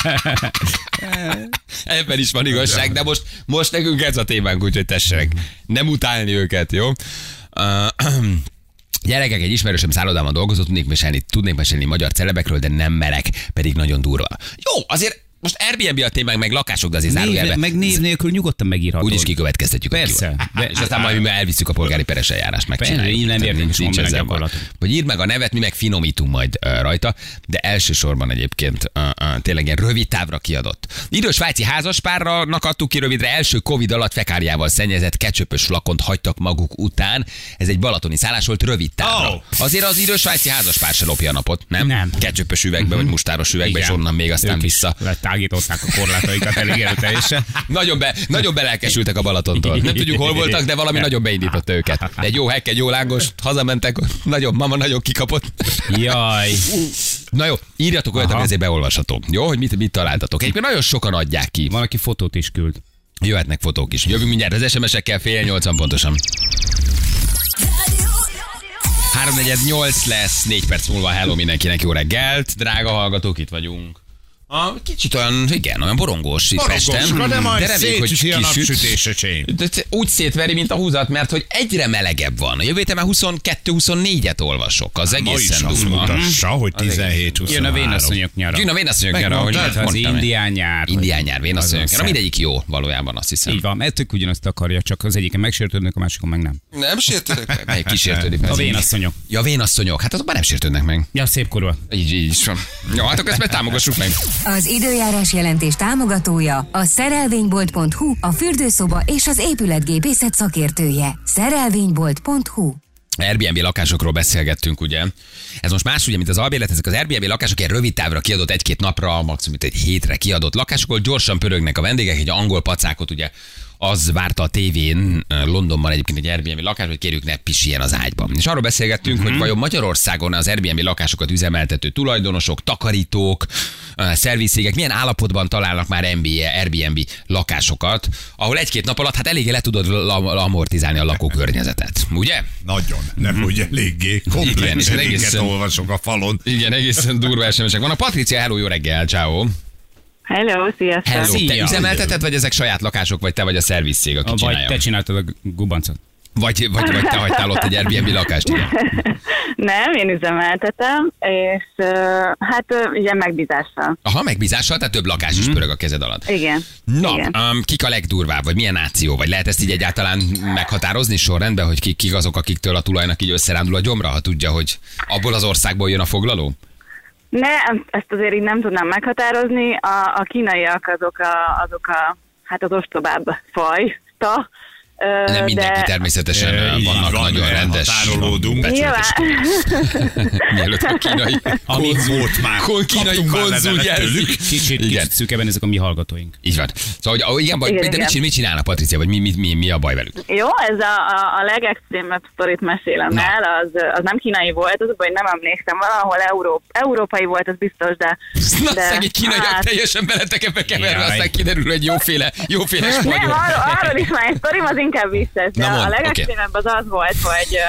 S2: Ebben is van igazság, de most nekünk ez a témánk, úgyhogy tessenek nem utálni őket, jó? Gyerekek, egy ismerősöm szállodában dolgozott, tudnék mesélni magyar celebekről, de nem merek, pedig nagyon durva. Jó, azért most Airbnb a témánk, meg lakások, de azért zárójelben.
S4: Meg név nélkül nyugodtan megírhatod.
S2: Úgyis kikövetkeztetjük.
S4: Persze.
S2: És aztán majd mi elviszük a polgári peres eljárást, megcsináljuk.
S4: Nem érdemes, nincs ezzel baj.
S2: Vagy írd meg a nevet, mi meg finomítunk majd rajta, de elsősorban egyébként tényleg ilyen rövid távra kiadott. Idős svájci házaspárnak adtuk ki rövidre, első Covid alatt fekáriával szennyezett ketchupös flakont hagytak maguk után. Ez egy balatoni szállás volt rövid távra. Azért az idős svájci házaspár se lopja a napot, nem?
S4: Nem.
S2: Ketchupös üvegbe, vagy mustáros üvegbe, és onnan még aztán vissza.
S4: Tágították a korlátaikat elég erőteljesen.
S2: Nagyon belelkesültek a Balatontól. Nem tudjuk, hol voltak, de valami nagyon beindította őket. Egy jó hekk, egy jó lángos, hazamentek, mama nagyon kikapott.
S4: Jaj.
S2: Na jó, írjatok olyat, ami ezért beolvasható. Jó, hogy mit találtatok. Egyébként nagyon sokan adják ki.
S4: Van, aki fotót is küld.
S2: Jöhetnek fotók is. Jövünk mindjárt az SMS-ekkel, 7:80 pontosan. 3:48 lesz, 4 perc múlva. Hello mindenkinek, jó reggelt. Drága hallgatók, itt vagyunk. Kicsit olyan, igen, olyan borongós itt Pesten.
S3: De majd
S2: reméljük, hogy
S3: szétüti a
S2: kisüt.
S3: napsütése.
S2: Úgy szétveri, mint a húzat, mert hogy egyre melegebb van. A jövő héten már 22-24-et olvasok. Az egészen
S3: Ma is azt
S2: durva.
S3: mutassa, hogy 17-23.
S4: Jön a vénasszonyok nyara.
S2: Jön a vénasszonyok nyara, hogy
S4: Hát az indián nyár.
S2: Indián nyár, vénasszonyok nyara. Mindegyik jó valójában, azt hiszem.
S4: Így van, mert tök ugyanazt akarja, csak az egyiken megsértődnek, a másikon meg nem.
S2: Nem sértődnek meg. Melyik kísértődik?
S4: A vénasszonyok.
S2: Ja, vénasszonyok. Hát azok már nem sértődnek meg.
S4: Ja, szép korúak.
S2: Így is van. Jó, hát akkor ezt meg támogassuk meg.
S5: Az időjárás jelentés támogatója a szerelvénybolt.hu, a fürdőszoba és az épületgépészet szakértője. Szerelvénybolt.hu.
S2: Airbnb lakásokról beszélgettünk, ugye? Ez most más, ugye, mint az albérlet, ezek az Airbnb lakások ilyen rövid távra kiadott 1-2 napra, maximum egy hétre kiadott lakásokból gyorsan pörögnek a vendégek, egy angol pacákot, ugye, az várta a tévén Londonban egyébként egy Airbnb lakás, hogy kérjük ne pisiljen az ágyban. És arról beszélgettünk, hogy vajon Magyarországon az Airbnb lakásokat üzemeltető tulajdonosok, takarítók, szervizcégek milyen állapotban találnak már Airbnb lakásokat, ahol 1-2 nap alatt hát eléggé le tudod amortizálni a lakókörnyezetet, ugye?
S3: Nagyon, nem úgy eléggé. Komplexen
S2: egészen
S3: olvasok a falon.
S2: Igen, egészen durva SMS-ek van. A Patricia, hello, jó reggel, ciao.
S6: Hello, sziasztok!
S2: Hello, te
S4: Szia.
S2: üzemelteted, vagy ezek saját lakások, vagy te vagy a szervizcég, aki
S4: Vagy
S2: csinálja?
S4: te csináltad a gubancot.
S2: Vagy te hagytál ott egy Airbnb lakást, igen.
S6: Nem, én üzemeltetem, és hát ilyen megbízással.
S2: Aha, megbízással, tehát több lakás is pörög a kezed alatt.
S6: Igen.
S2: Na,
S6: Igen.
S2: kik a legdurvább, vagy milyen náció, vagy lehet ezt így egyáltalán meghatározni sorrendben, hogy kik azok, akiktől a tulajnak így összerándul a gyomra, ha tudja, hogy abból az országból jön a foglaló?
S6: Nem, ezt azért így nem tudnám meghatározni. A kínaiak azok hát az ostobább fajta.
S2: Nem mindenki
S6: de...
S2: természetesen vannak nagyon rendes.
S3: Határolódunk.
S6: Nyilván,
S2: Mielőtt a kínai
S3: Volt már.
S2: kínai
S3: Kaptunk már
S2: konzul
S3: levelet
S2: jelzik.
S3: tőlük.
S4: Kicsit szűkeben ezek a mi hallgatóink.
S2: Így van. Szóval, hogy igen,
S6: Igen,
S2: de
S6: igen.
S2: mit csinálnak, Patricia, vagy mi a baj velük?
S6: jó, ez a legextrémebb sztorit mesélem
S2: Na.
S6: el, az nem kínai volt, az, hogy nem emlékszem, valahol európai volt, az biztos, de...
S2: Na, szegény kínaiak teljesen beletek ebbe keverve,
S4: Jaj.
S2: aztán kiderül, hogy jóféle
S6: Nem,
S2: spanyol.
S6: arról is már egy sztorim, az inkább vicces, de
S2: Na mondd,
S6: a legextrémebb az volt, hogy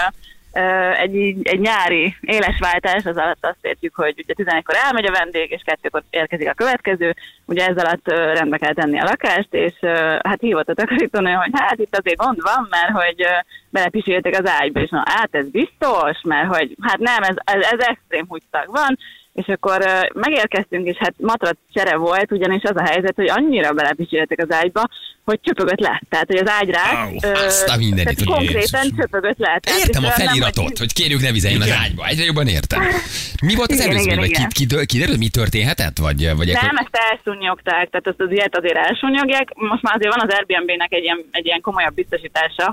S6: egy nyári élesváltás, az alatt azt értjük, hogy ugye 11-kor elmegy a vendég, és 2-kor érkezik a következő, ugye ez alatt rendbe kell tenni a lakást, és hát hívott a takarítónő, hogy hát itt azért gond van, mert hogy belepiséltek az ágyba, és na hát ez biztos, mert hogy hát nem, ez extrém húgyszag van, és akkor megérkeztünk, és hát matrac csere volt, ugyanis az a helyzet, hogy annyira belepiséltek az ágyba, hogy csöpögött le. Tehát, hogy az ágyrák
S2: azt a mindenit, hogy
S6: konkrétan
S2: Jézus.
S6: csöpögött le. Tehát,
S2: Értem
S6: és
S2: a
S6: nem,
S2: feliratot, hogy kérjük ne vizeljen az ágyba. Egyre jobban értem. Mi volt az
S6: Igen,
S2: előzmény,
S6: igen,
S2: vagy
S6: igen.
S2: kiderült, mi történhetett? Vagy
S6: nem, ezt elszúnyogták, tehát azt az ilyet azért elszúnyogják. Most már azért van az Airbnb-nek egy ilyen komolyabb biztosítása,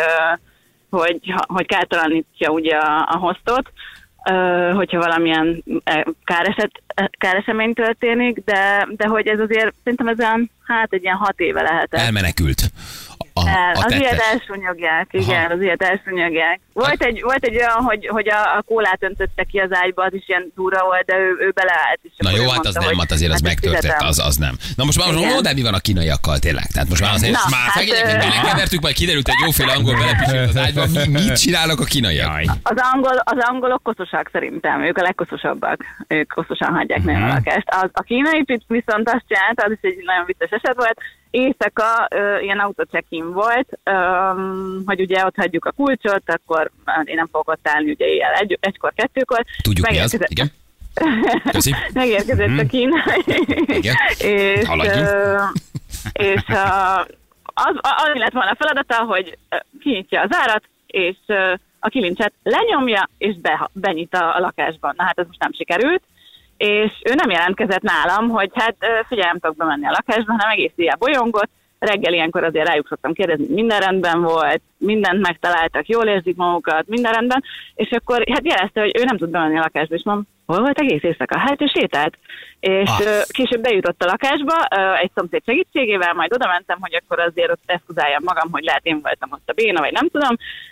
S6: hogy kártalanítja ugye a hostot, hogyha valamilyen káresemény történik, de hogy ez azért szerintem ez olyan, hát egy ilyen 6 éve lehetett.
S2: elmenekült.
S6: Az ilyet
S2: tettes.
S6: elszúnyogják, igen, az ilyet elszúnyogják. Volt egy olyan, hogy a kólát öntötte ki az ágyba, az is ilyen durva volt, de ő beleállt. És
S2: Na
S6: akkor
S2: jó,
S6: ő
S2: hát az
S6: mondta,
S2: nem,
S6: hogy
S2: hát azért az
S6: hát ezt
S2: megtörtént,
S6: fizetem.
S2: az nem. Na most már
S6: Igen.
S2: mondom, mi van a kínaiakkal tényleg? Tehát most már azért
S6: Na,
S2: már
S6: hát,
S2: szegényeket belekevertük, majd kiderült egy jóféle angol belepisült az ágyba. Mit csinálnak a kínaiak?
S4: Jaj.
S6: Az angolok koszosak szerintem, ők a legkoszosabbak, ők koszosan hagyják nagyon a lakást. A kínai viszont azt csinálta, az is egy nagyon vicces eset volt, éjszaka ilyen autocheck-in volt, hogy ugye ott hagyjuk a kulcsot, akkor én nem fogok ott állni ugye éjjel 1-kor, 2-kor.
S2: Tudjuk mi az? Igen. Köszi.
S6: Megérkezett a kínai.
S2: Igen.
S6: És,
S2: Haladjunk.
S6: és az lett volna a feladata, hogy kinyitja az árat, és a kilincset lenyomja, és benyit a lakásban. Na hát ez most nem sikerült, és ő nem jelentkezett nálam, hogy hát figyelj, nem tudok bemenni a lakásba, hanem egész éjjel bolyongott. Reggel ilyenkor azért rájuk szoktam kérdezni, minden rendben volt, mindent megtaláltak, jól érzik magukat, minden rendben, és akkor hát jelezte, hogy ő nem tud bemenni a lakásba, és mondom, hol volt egész éjszaka? Hát ő sétált. És később bejutott a lakásba egy szomszéd segítségével, majd oda mentem, hogy akkor azért ott eszkuzáljam magam, hogy lehet én voltam ott a béna, vagy nem tudom.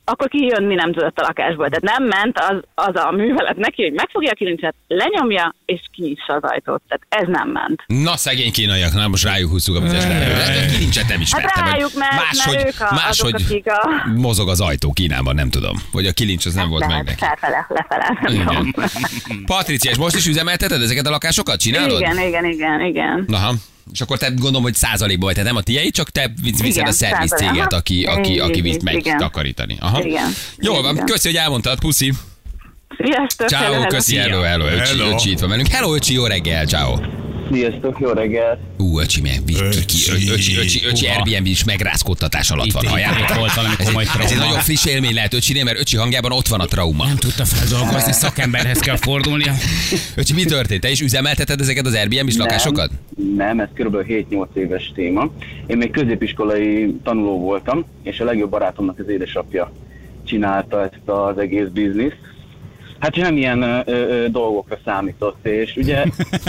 S6: akkor kijönni nem tudott a lakásból. Tehát nem ment az a művelet neki, hogy megfogja a kilincset, lenyomja, és kinyissa az ajtót. Tehát ez nem ment.
S2: Na, szegény kínaiak, na most rájuk húzzuk a vizes levegőt. A kilincset nem ismertem.
S6: Hát rájuk, mert ők
S2: máshogy mozog az ajtó Kínában, nem tudom. Hogy a kilincs az nem volt meg neki.
S6: Lefele.
S2: Igen. Patricia, és most is üzemelteted ezeket a lakásokat? Csinálod?
S6: Igen.
S2: Aha. És akkor te gondolom, hogy százalékban vagy, tehát nem a tiéd, csak te viszed a szerviz céget, aki visz megtakarítani. Aha.
S6: Igen.
S2: Jól van, köszi, hogy elmondtad, puszi.
S6: Sziasztok.
S2: Ciao, köszi, hello, öcsi itt van velünk. Hello, öcsi, jó reggel, ciao.
S7: Sziasztok, jó reggel.
S2: Öcsi, öcsi Airbnb is megrázkódtatás alatt van, halljátok.
S4: Volt valami komoly
S2: Ez egy
S4: trauma.
S2: nagyon friss élmény lehet öcsinél, mert öcsi hangjában ott van a trauma.
S4: Nem tudta feldolgozni, szakemberhez kell fordulnia.
S2: Öcsi, mi történt? Te is üzemelteted ezeket az Airbnb-s lakásokat?
S7: Nem, ez kb. 7-8 éves téma. Én még középiskolai tanuló voltam, és a legjobb barátomnak az édesapja csinálta ezt az egész bizniszt. Hát nem ilyen dolgokra számított, és ugye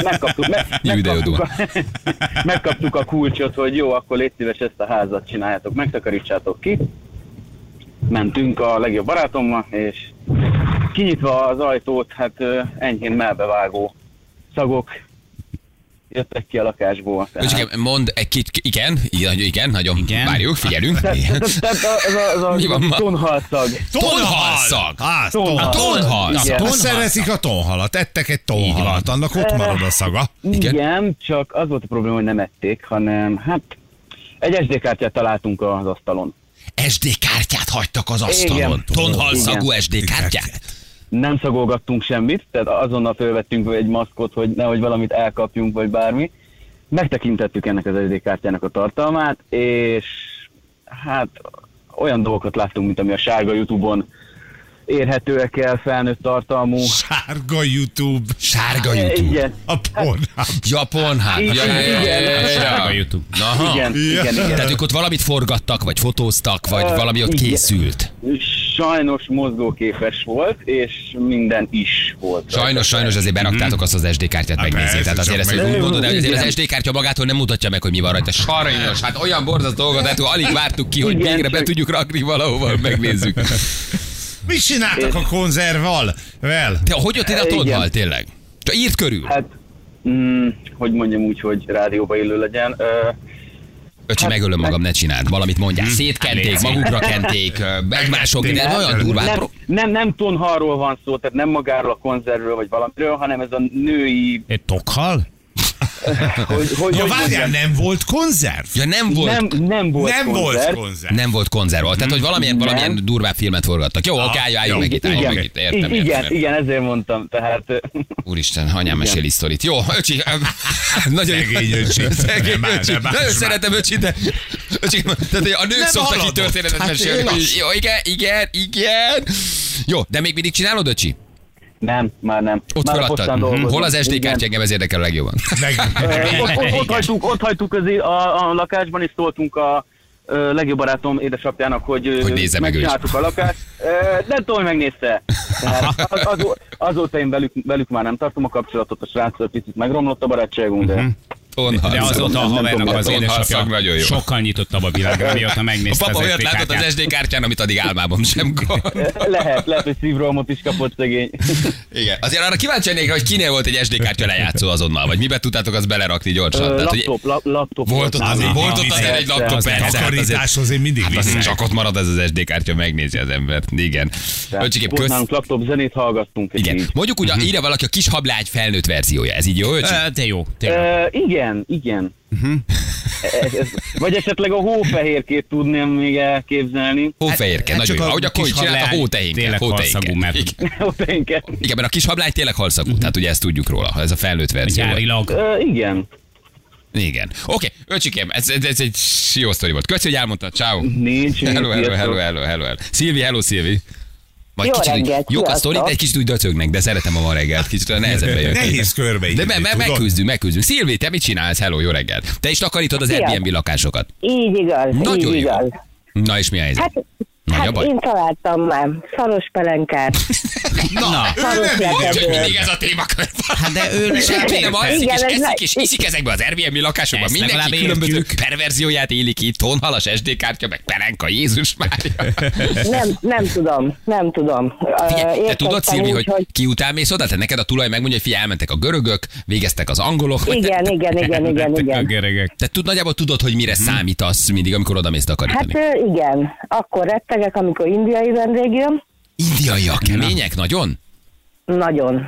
S7: megkaptuk a kulcsot, hogy jó, akkor légy szíves, ezt a házat csináljátok, megtakarítsátok ki. Mentünk a legjobb barátommal, és kinyitva az ajtót, hát enyhén melbevágó szagok jöttek ki a lakásból.
S2: Öcsikém, mondd egy kicsit, igen, nagyon várjuk, figyelünk.
S7: Mi van ma? Tonhalszag.
S2: Tonhalszag! Tonhal.
S3: Szeretik a tonhalat, ettek egy tonhalat, annak ott marad a szaga.
S7: Igen, csak az volt a probléma, hogy nem ették, hanem hát egy SD kártyát találtunk az asztalon.
S2: SD kártyát hagytak az asztalon. Tonhalszagú SD kártyát.
S7: Nem szagolgattunk semmit, tehát azonnal fölvettünk egy maszkot, hogy nehogy valamit elkapjunk, vagy bármi. Megtekintettük ennek az SD kártyának a tartalmát, és hát olyan dolgokat láttunk, mint ami a sárga YouTube-on érhetőek el, felnőtt tartalmú.
S3: Sárga YouTube.
S7: Igen.
S3: A Pornhub.
S2: Ja, Pornhub.
S4: Sárga YouTube.
S7: Igen.
S2: Tehát ők ott valamit forgattak, vagy fotóztak, vagy valami ott készült.
S7: Sajnos mozgóképes volt, és minden is volt.
S2: Sajnos azért beraktátok azt az SD kártyát megnézni. Tehát azért ezt úgy mondod, hogy azért az SD kártya magától nem mutatja meg, hogy mi van rajta. Sajnos, hát olyan borzasztó dolgot, hát alig vártuk ki, hogy végre be tudjuk rakni valahova, megnézzük.
S3: Mit csináltak a konzervval?
S2: Te hogy jött ide a tonhal, tényleg? Csak írt körül.
S7: Hát, hogy mondjam úgy, hogy rádióba illő legyen.
S2: Öcsi, megölöm magam, ne csináld. Valamit mondjál. Szétkenték, magukra kenték, egymások, de olyan durván.
S7: Nem tonhalról van szó, tehát nem magáról a konzervről vagy valamiről, hanem ez a női...
S4: Egy tokhal?
S3: Várjál, nem volt konzerv?
S2: Ja, nem volt.
S7: Nem volt konzerv.
S2: Nem volt konzerv. Tehát, hogy valamilyen durvább filmet forgattak. Jó, oké, álljunk meg itt. Értem.
S7: Igen, ezért mondtam. Tehát...
S2: Úristen, anyám meséli sztorit. Jó, öcsi. Nagyon
S3: szegény öcsi.
S2: Nagyon szeretem öcsi, de... Öcsi, tehát a nők szoktak itt történetet mesélni. Jó, igen. Jó, de még mindig csinálod, öcsi?
S7: Nem, már nem.
S2: Ott feladtad. Hol az SD kártya, engem ez érdekel a legjobban?
S7: Ott hagytuk a lakásban, és szóltunk a legjobb barátom édesapjának, hogy megcsináltuk a lakást. Nem tudom, hogy megnézte. Azóta én velük már nem tartom a kapcsolatot, a sráccal picit megromlott a barátságunk, de...
S4: De azóta a havernak az édesapja sokkal nyitottabb a világra, mióta megnézte
S2: az SD kártyát. A papa olyat látott az SD kártyán, amit addig álmában sem kap.
S7: Lehet, hogy szívrohamot is kapott szegény.
S2: Igen. Azért arra kíváncsi lennék, hogy kinél volt egy SD kártya lejátszó azonnal, vagy mibe tudtátok azt belerakni gyorsan?
S7: Laptop.
S2: Volt ott azért egy laptop, persze.
S3: Takarításhoz én mindig
S2: viszem. Csak ott marad ez az SD kártya, megnézi az embert. Igen.
S7: Öcsikém, nálunk laptop zenét hallgattunk.
S2: Igen. Mondjuk úgy, írja valaki a Kis hablány felnőtt verziója. Ez így jó, öcsi?
S4: De jó.
S7: Igen. Vagy esetleg a hófehérkét tudném még elképzelni.
S2: Hófehérke, nagyon jó. Ahogy a Kis csinált a hótehénket.
S4: Tényleg halszagú, mert...
S2: Igen, mert a Kis hablány tényleg halszagú, tehát ugye ezt tudjuk róla, ez a felnőtt verzió.
S4: Gyárilag.
S2: Igen. Oké, öcsikém, ez egy jó sztori volt. Köszi, hogy elmondtad. Ciao.
S7: Nincs.
S2: Hello. Szilvi, hello, Szilvi.
S8: Jó reggelt,
S2: jók a sztorik, egy kicsit úgy döcögnek, de szeretem a ma reggelt, kicsit olyan nehezebben jön.
S3: Nehéz körbe.
S2: De megküzdünk. Szilvi, te mit csinálsz? Hello, jó reggelt. Te is takarítod az Airbnb lakásokat.
S8: Így igaz.
S2: Nagyon jó. Na és mi a helyzet?
S8: Hát Hát én találtam már szaros pelenkát. Szaros lepedőt.
S2: Mindig ez a témakör.
S4: Hát de ő
S2: senki nem alszik, és eszik, és iszik ezekbe az Airbnb lakásokban. Mindenki különböző perverzióját éli ki, tonhalas SD kártya, meg pelenka, Jézus Mária.
S8: Nem tudom.
S2: Figyelj, te tudod, Szilvi, hogy ki után mész oda? Te neked a tulaj megmondja, hogy figyelj, elmentek a görögök, végeztek az angolok.
S8: Igen.
S2: Te nagyjából tudod, hogy mire számítasz mindig, amikor oda mész takarítani.
S8: Hát igen, akkor rettegek, amikor indiai vendég jön.
S2: Indiaiak, kemények, nagyon?
S8: Nagyon.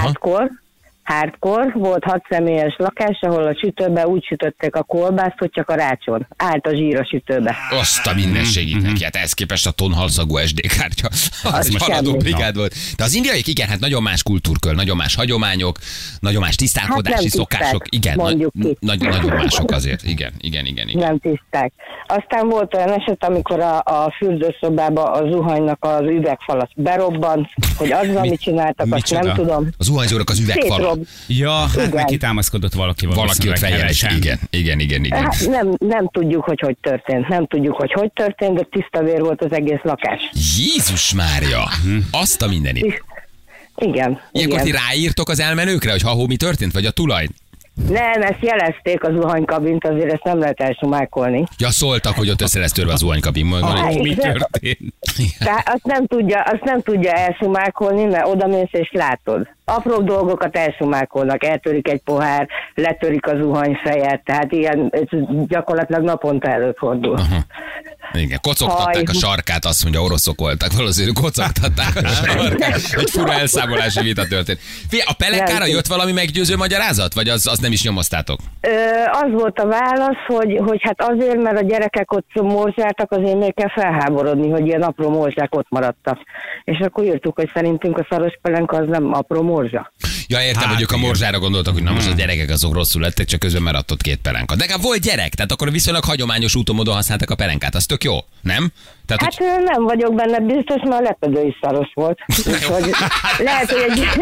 S8: Hardcore. Volt 6 személyes lakás, ahol a sütőben úgy sütötték a kolbászt, hogy csak a rácson. Állt a zsír a sütőbe.
S2: Azt a minden segít neki. Hát ehhez képest a tonhalszagú SD kártya. Az egy haladó brigád volt. De az indiaiak, igen, hát nagyon más kultúrkör, nagyon más hagyományok, nagyon más tisztálkodási szokások. Igen, nagyon mások azért. Igen.
S8: Nem tiszták. Aztán volt olyan eset, amikor a fürdőszobába a zuhanynak az üvegfalat berobbant, hogy azzal mit csináltak, azt nem tudom.
S2: Az zuhanyzónak az üvegfala.
S4: Ja, hát neki támaszkodott valaki.
S2: Valaki ott fejjelesen. Igen.
S8: Hát nem tudjuk, hogy történt. Nem tudjuk, hogy történt, de tiszta vér volt az egész lakás.
S2: Jézus Mária! Azt a mindenit.
S8: Igen.
S2: Ilyenkor ti ráírtok az elmenőkre, hogy mi történt, vagy a tulaj?
S8: Nem, ezt jelezték az zuhanykabint, azért ezt nem lehet elsumákolni.
S2: Ja, szóltak, hogy ott össze lesz törve a zuhanykabin.
S4: Mi történt?
S8: Tehát azt nem tudja elsumákolni, mert odamész és látod. Apró dolgokat elsumákolnak, eltörik egy pohár, letörik a zuhanyfejet, tehát ilyen gyakorlatilag naponta előfordul.
S2: Aha. Igen, kocogtatták a sarkát, azt mondja, oroszok voltak, valószínűleg kocogtatták a sarkát. Egy fura elszámolási vita történt. A pelenkára jött valami meggyőző magyarázat, vagy az nem is nyomoztátok?
S8: Az volt a válasz, hogy hát azért, mert a gyerekek ott morzsáltak, azért még kell felháborodni, hogy ilyen apró morzsák ott maradtak. És akkor írtuk, hogy szerintünk a szaros pelenka az nem apró morzsa.
S2: Ja, értem, hogy ők a morzsára gondoltak, hogy na most a gyerekek azok rosszul lettek, csak közben maradt ott 2 pelenka. De legalább volt gyerek, tehát akkor viszonylag hagyományos úton módon használtak a pelenkát. Az tök jó, nem? Tehát,
S8: hát hogy... nem vagyok benne biztos, mert a lepedő is szaros volt. Úgyhogy lehet, hogy egy...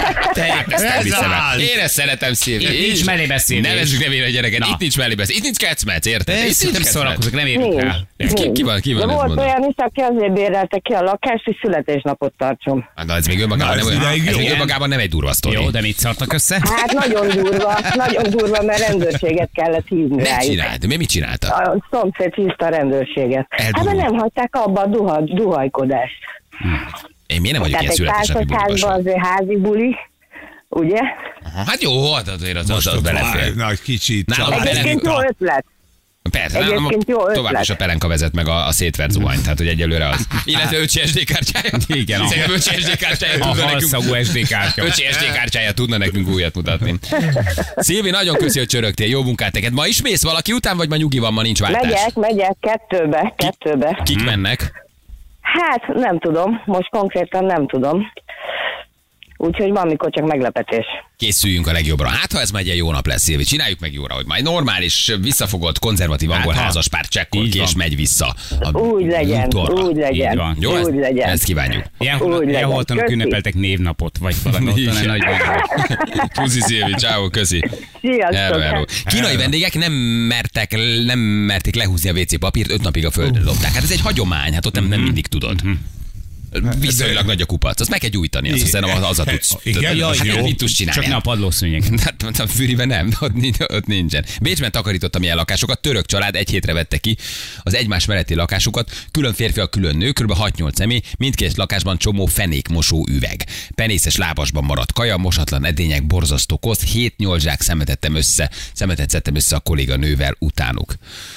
S2: Én ezt szeretem, Szilvi.
S4: Itt nincs mellébeszélés.
S2: Nevezzük nevére a gyereket. Itt nincs mellébeszélés. Itt nincs kecmec, érted?
S4: Itt nem szórakozok, nem érünk rá.
S2: Ki van
S8: de volt olyan is, aki azért bérelte ki a lakást, hogy születésnapot tartson.
S2: Na, ez még önmagában nem egy durva sztori.
S4: Jó, de mit szartak össze?
S8: Hát nagyon durva, mert rendőrséget kellett hívni rájuk.
S2: De mit csináltak?
S8: A szomszéd hívta a rendőrséget. Hát de nem hagyták abba a duhajkodást.
S2: Én miért nem vagyok ilyen születésnapi buliba? Tehát egy
S8: társaságban azért házi buli, ugye?
S2: Hát jó, azért az belefér.
S3: Na, kicsit.
S8: Egyébként jó ötlet.
S2: Persze, tovább is a pelenka vezet meg a szétvert zuhany, tehát hogy egyelőre az. Illetve öcsi SD kártyája.
S4: Igen.
S2: Öcsi SD kártyája
S4: tudna halszagú SD kártya.
S2: Öcsi SD kártyája tudna nekünk újat mutatni. Szilvi, nagyon köszi, hogy csörögtél. Jó munkát neked. Ma is mész valaki után, vagy ma nyugi van, ma nincs váltás?
S8: Megyek, kettőbe.
S2: Kik mennek?
S8: Hát nem tudom, most konkrétan nem tudom. Úgyhogy valamikor csak meglepetés.
S2: Készüljünk a legjobbra. Hát, ha ez majd egy jó nap lesz, Szilvi, csináljuk meg jóra, hogy majd normális, visszafogott, konzervatív angol házaspár csekkol ki, és megy vissza.
S8: Úgy legyen.
S2: Jó,
S8: úgy legyen.
S2: Ezt kívánjuk.
S4: Ilyen voltanak ünnepeltek névnapot, vagy valami ott a nagy.
S2: Puszi, Szilvi, ciao, köszi.
S8: Sziasztok.
S2: Hello. Kínai vendégek nem merték lehúzni a WC papírt, 5 napig a földre dobták. Hát ez egy hagyomány, hát ott nem mindig tudod. Viszonylag nagy a kupac. Azt meg kell gyújtani, azt hiszem, az a tudsz.
S3: Igen,
S2: hát mit tudsz csinálni?
S4: Csak ne a padlószőnyeg.
S2: Hát a Fűriben nem, ott nincsen. Bécsben takarítottam ilyen lakásokat, török család 1 hétre vette ki az egymás melletti lakásokat, külön férfiak, külön nő, kb. 6-8 személy, mindkét lakásban csomó fenékmosó üveg. Penészes lábasban maradt kaja, mosatlan edények, borzasztó kosz, 7-8 zsák szemetet szedtem össze a kolléganővel utánuk.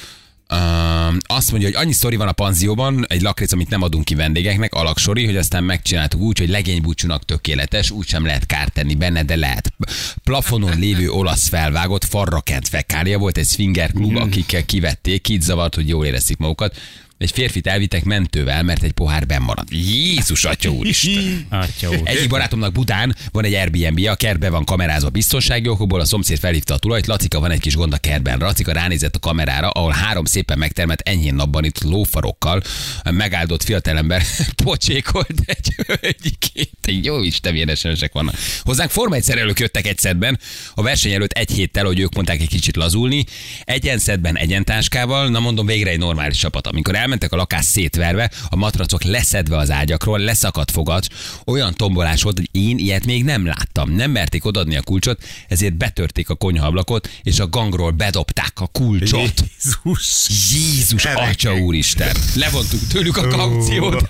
S2: Azt mondja, hogy annyi sztori van a panzióban, egy lakrész, amit nem adunk ki vendégeknek, alaksori, hogy aztán megcsináltuk úgy, hogy legénybúcsúnak tökéletes, úgysem lehet kárt tenni benne, de lehet. Plafonon lévő olasz felvágott, farra kent fekália volt, egy swingerklub, akik kivették, kit zavart, hogy jól érezték magukat. Egy férfit elvittek mentővel, mert egy pohár benn maradt. Jézus, atya úristen! Egyik barátomnak Budán van egy Airbnb-je, a kertben van kamerázva biztonsági okokból, a szomszéd felhívta a tulajt, Lacika, van egy kis gond a kertben. Lacika ránézett a kamerára, ahol 3 szépen megtermett, enyhén napban itt lófarokkal megáldott fiatalember pocsékolt egy hölgyikét. Jó Isten, milyen esemesek vannak. Hozzánk Forma 1 szerelők jöttek egy szedben, a verseny előtt 1 héttel, hogy ők mondták egy kicsit lazulni, egyenszedben, egyentáskával, na mondom, végre egy normális csapat. Amikor felmentek a lakás szétverve, a matracok leszedve az ágyakról, leszakadt fogacs, olyan tombolás volt, hogy én ilyet még nem láttam. Nem merték odaadni a kulcsot, ezért betörték a konyhaablakot, és a gangról bedobták a kulcsot. Jézus, atya úristen! Levontuk tőlük a kauciót.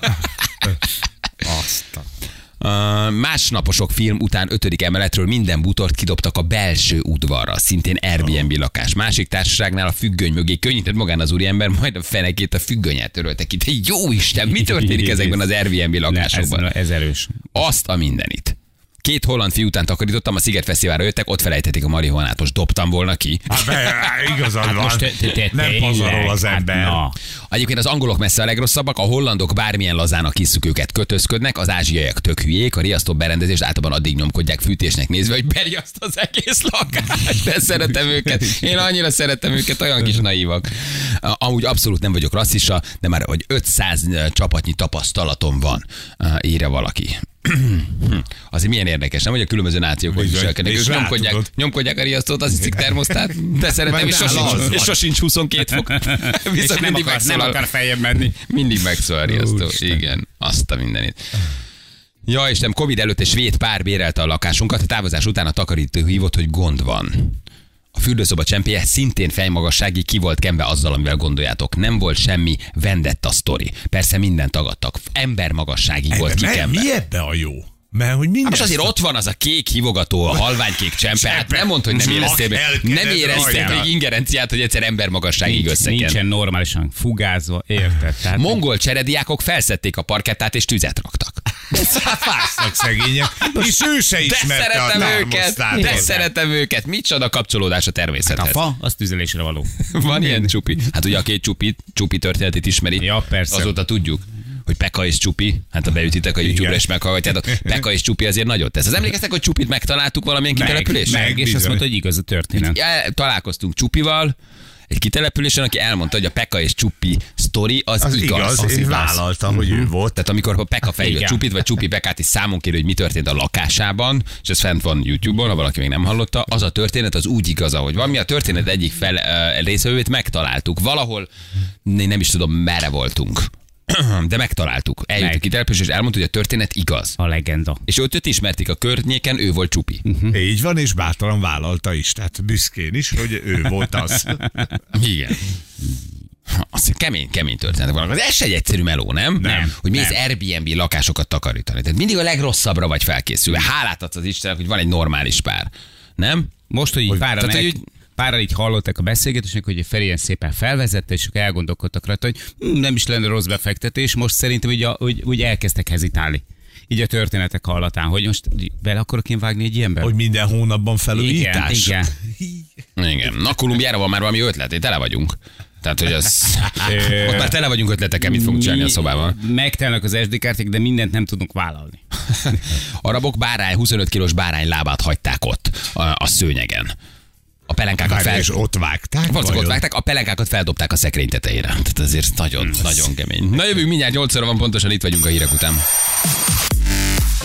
S2: Másnaposok film után 5. emeletről minden butort kidobtak a belső udvarra, szintén Airbnb lakás. Másik társaságnál a függöny mögé könnyített magán az úriember, majd a fenekét a függönyet törölte ki. De jó Isten, mi történik ezekben az Airbnb lakásokban?
S4: Ez erős.
S2: Azt a mindenit. 2 holland fiú után takarítottam, a Sziget Fesztiválra jöttek, ott felejtették a marihuánát, most dobtam volna ki.
S3: Igazad van, nem pazarol az ember.
S2: Egyébként az angolok messze a legrosszabbak, a hollandok bármilyen lazának hiszük őket, kötözködnek, az ázsiaiak tök hülyék, a riasztó berendezést általában addig nyomkodják fűtésnek nézve, hogy beriaszt az egész lakást. De szeretem őket, én annyira szeretem őket, olyan kis naívak. Amúgy abszolút nem vagyok rasszista, de már hogy 500 csapatnyi tapasztalatom van, írja valaki. Azért milyen érdekes, nem, hogy a különböző nációk hogy viselkednek. Ők nyomkodják a riasztót, azt hiszik termosztát, de szeretem, és sosincs 22 fok. Viszont
S4: nem akar feljebb menni.
S2: Mindig megszól a riasztó. Igen, azt a mindenit. Ja, és nem, Covid előtt egy svéd pár bérelte a lakásunkat, a távozás után a takarító hívott, hogy gond van. A fürdőszoba csempéje szintén fejmagasságig ki volt kenve azzal, amivel gondoljátok. Nem volt semmi vendetta sztori. Persze mindent tagadtak. Embermagasságig volt kikenve.
S3: Mi ebbe a jó? Mert hogy minden.
S2: Most azért ott van az a kék hívogató, a halványkék csempe. Hát nem mondd, hogy nem éreztél még ingerenciát, hogy egyszer embermagasságig összeken.
S4: Nincsen normálisan fugázva, érted? Tehát
S2: mongol cserediákok felszedték a parkettát és tüzet raktak.
S3: Fásznak szegények. És ő se ismerte a termosztátot.
S2: De szeretem őket. Micsoda kapcsolódás a természethez.
S4: Hát a fa, az tüzelésre való.
S2: Van ilyen csupi. Hát ugye a két csupi történetét ismeri.
S4: Ja, persze.
S2: Azóta tudjuk, hogy Peka és Csupi, hát ha beütitek a YouTube-ra és meghallgatjátok, Peka és Csupi azért nagyot tesz. Az emlékeztek, hogy Csupit megtaláltuk valamilyen kitelepülésen?
S4: Meg, és azt mondta, hogy igaz a történet.
S2: Találkoztunk Csupival, egy kitelepülésen, aki elmondta, hogy a Peka és Csupi sztori az igaz.
S3: Az én vállaltam, hogy ő volt.
S2: Tehát amikor a Peka fejlő Csupit, vagy Csupi Pekát is számon kér, hogy mi történt a lakásában, és ez fent van YouTube-on, ha valaki még nem hallotta, az a történet az úgy igaz, ahogy van. Mi a történet egyik részvevőjét megtaláltuk. Valahol, nem is tudom, merre voltunk. De megtaláltuk. Eljött a kitelepülés, és elmondta, hogy a történet igaz.
S4: A legenda.
S2: És őt ismerték a környéken, ő volt Csupi.
S3: Így van, és bátran vállalta is. Tehát büszkén is, hogy ő volt az.
S2: Igen. Azt kemény történetek vannak. Ez se egy egyszerű meló, nem?
S3: Nem.
S2: Hogy mész Airbnb lakásokat takarítani. Tehát mindig a legrosszabbra vagy felkészülve. Hálát adsz az Istennek, hogy van egy normális pár. Nem?
S4: Most, hogy így párral így hallották a beszélgetésnek, hogy Feri ilyen szépen felvezette, és elgondolkodtak rajta, hogy nem is lenne rossz befektetés, most szerintem úgy elkezdtek hezitálni. Így a történetek hallatán, hogy most bele akarok én vágni egy ilyenbe?
S3: Hogy minden hónapban felújítás?
S2: Igen. Na, Kolumbiára van már valami ötlet, tele vagyunk. Tehát, hogy az... ott már tele vagyunk ötletekkel, mit fogunk csinálni a szobában.
S4: Megtelnek az SD kártyák, de mindent nem tudunk vállalni.
S2: Arabok 25 kilós bárány lábát hagyták ott a szőnyegen. A pelenkákat
S3: és ott vágták?
S2: Ott vágták, a pelenkákat feldobták a szekrény tetejére. Tehát azért nagyon kemény. Na jövünk mindjárt 8 óra van pontosan, itt vagyunk a hírek után.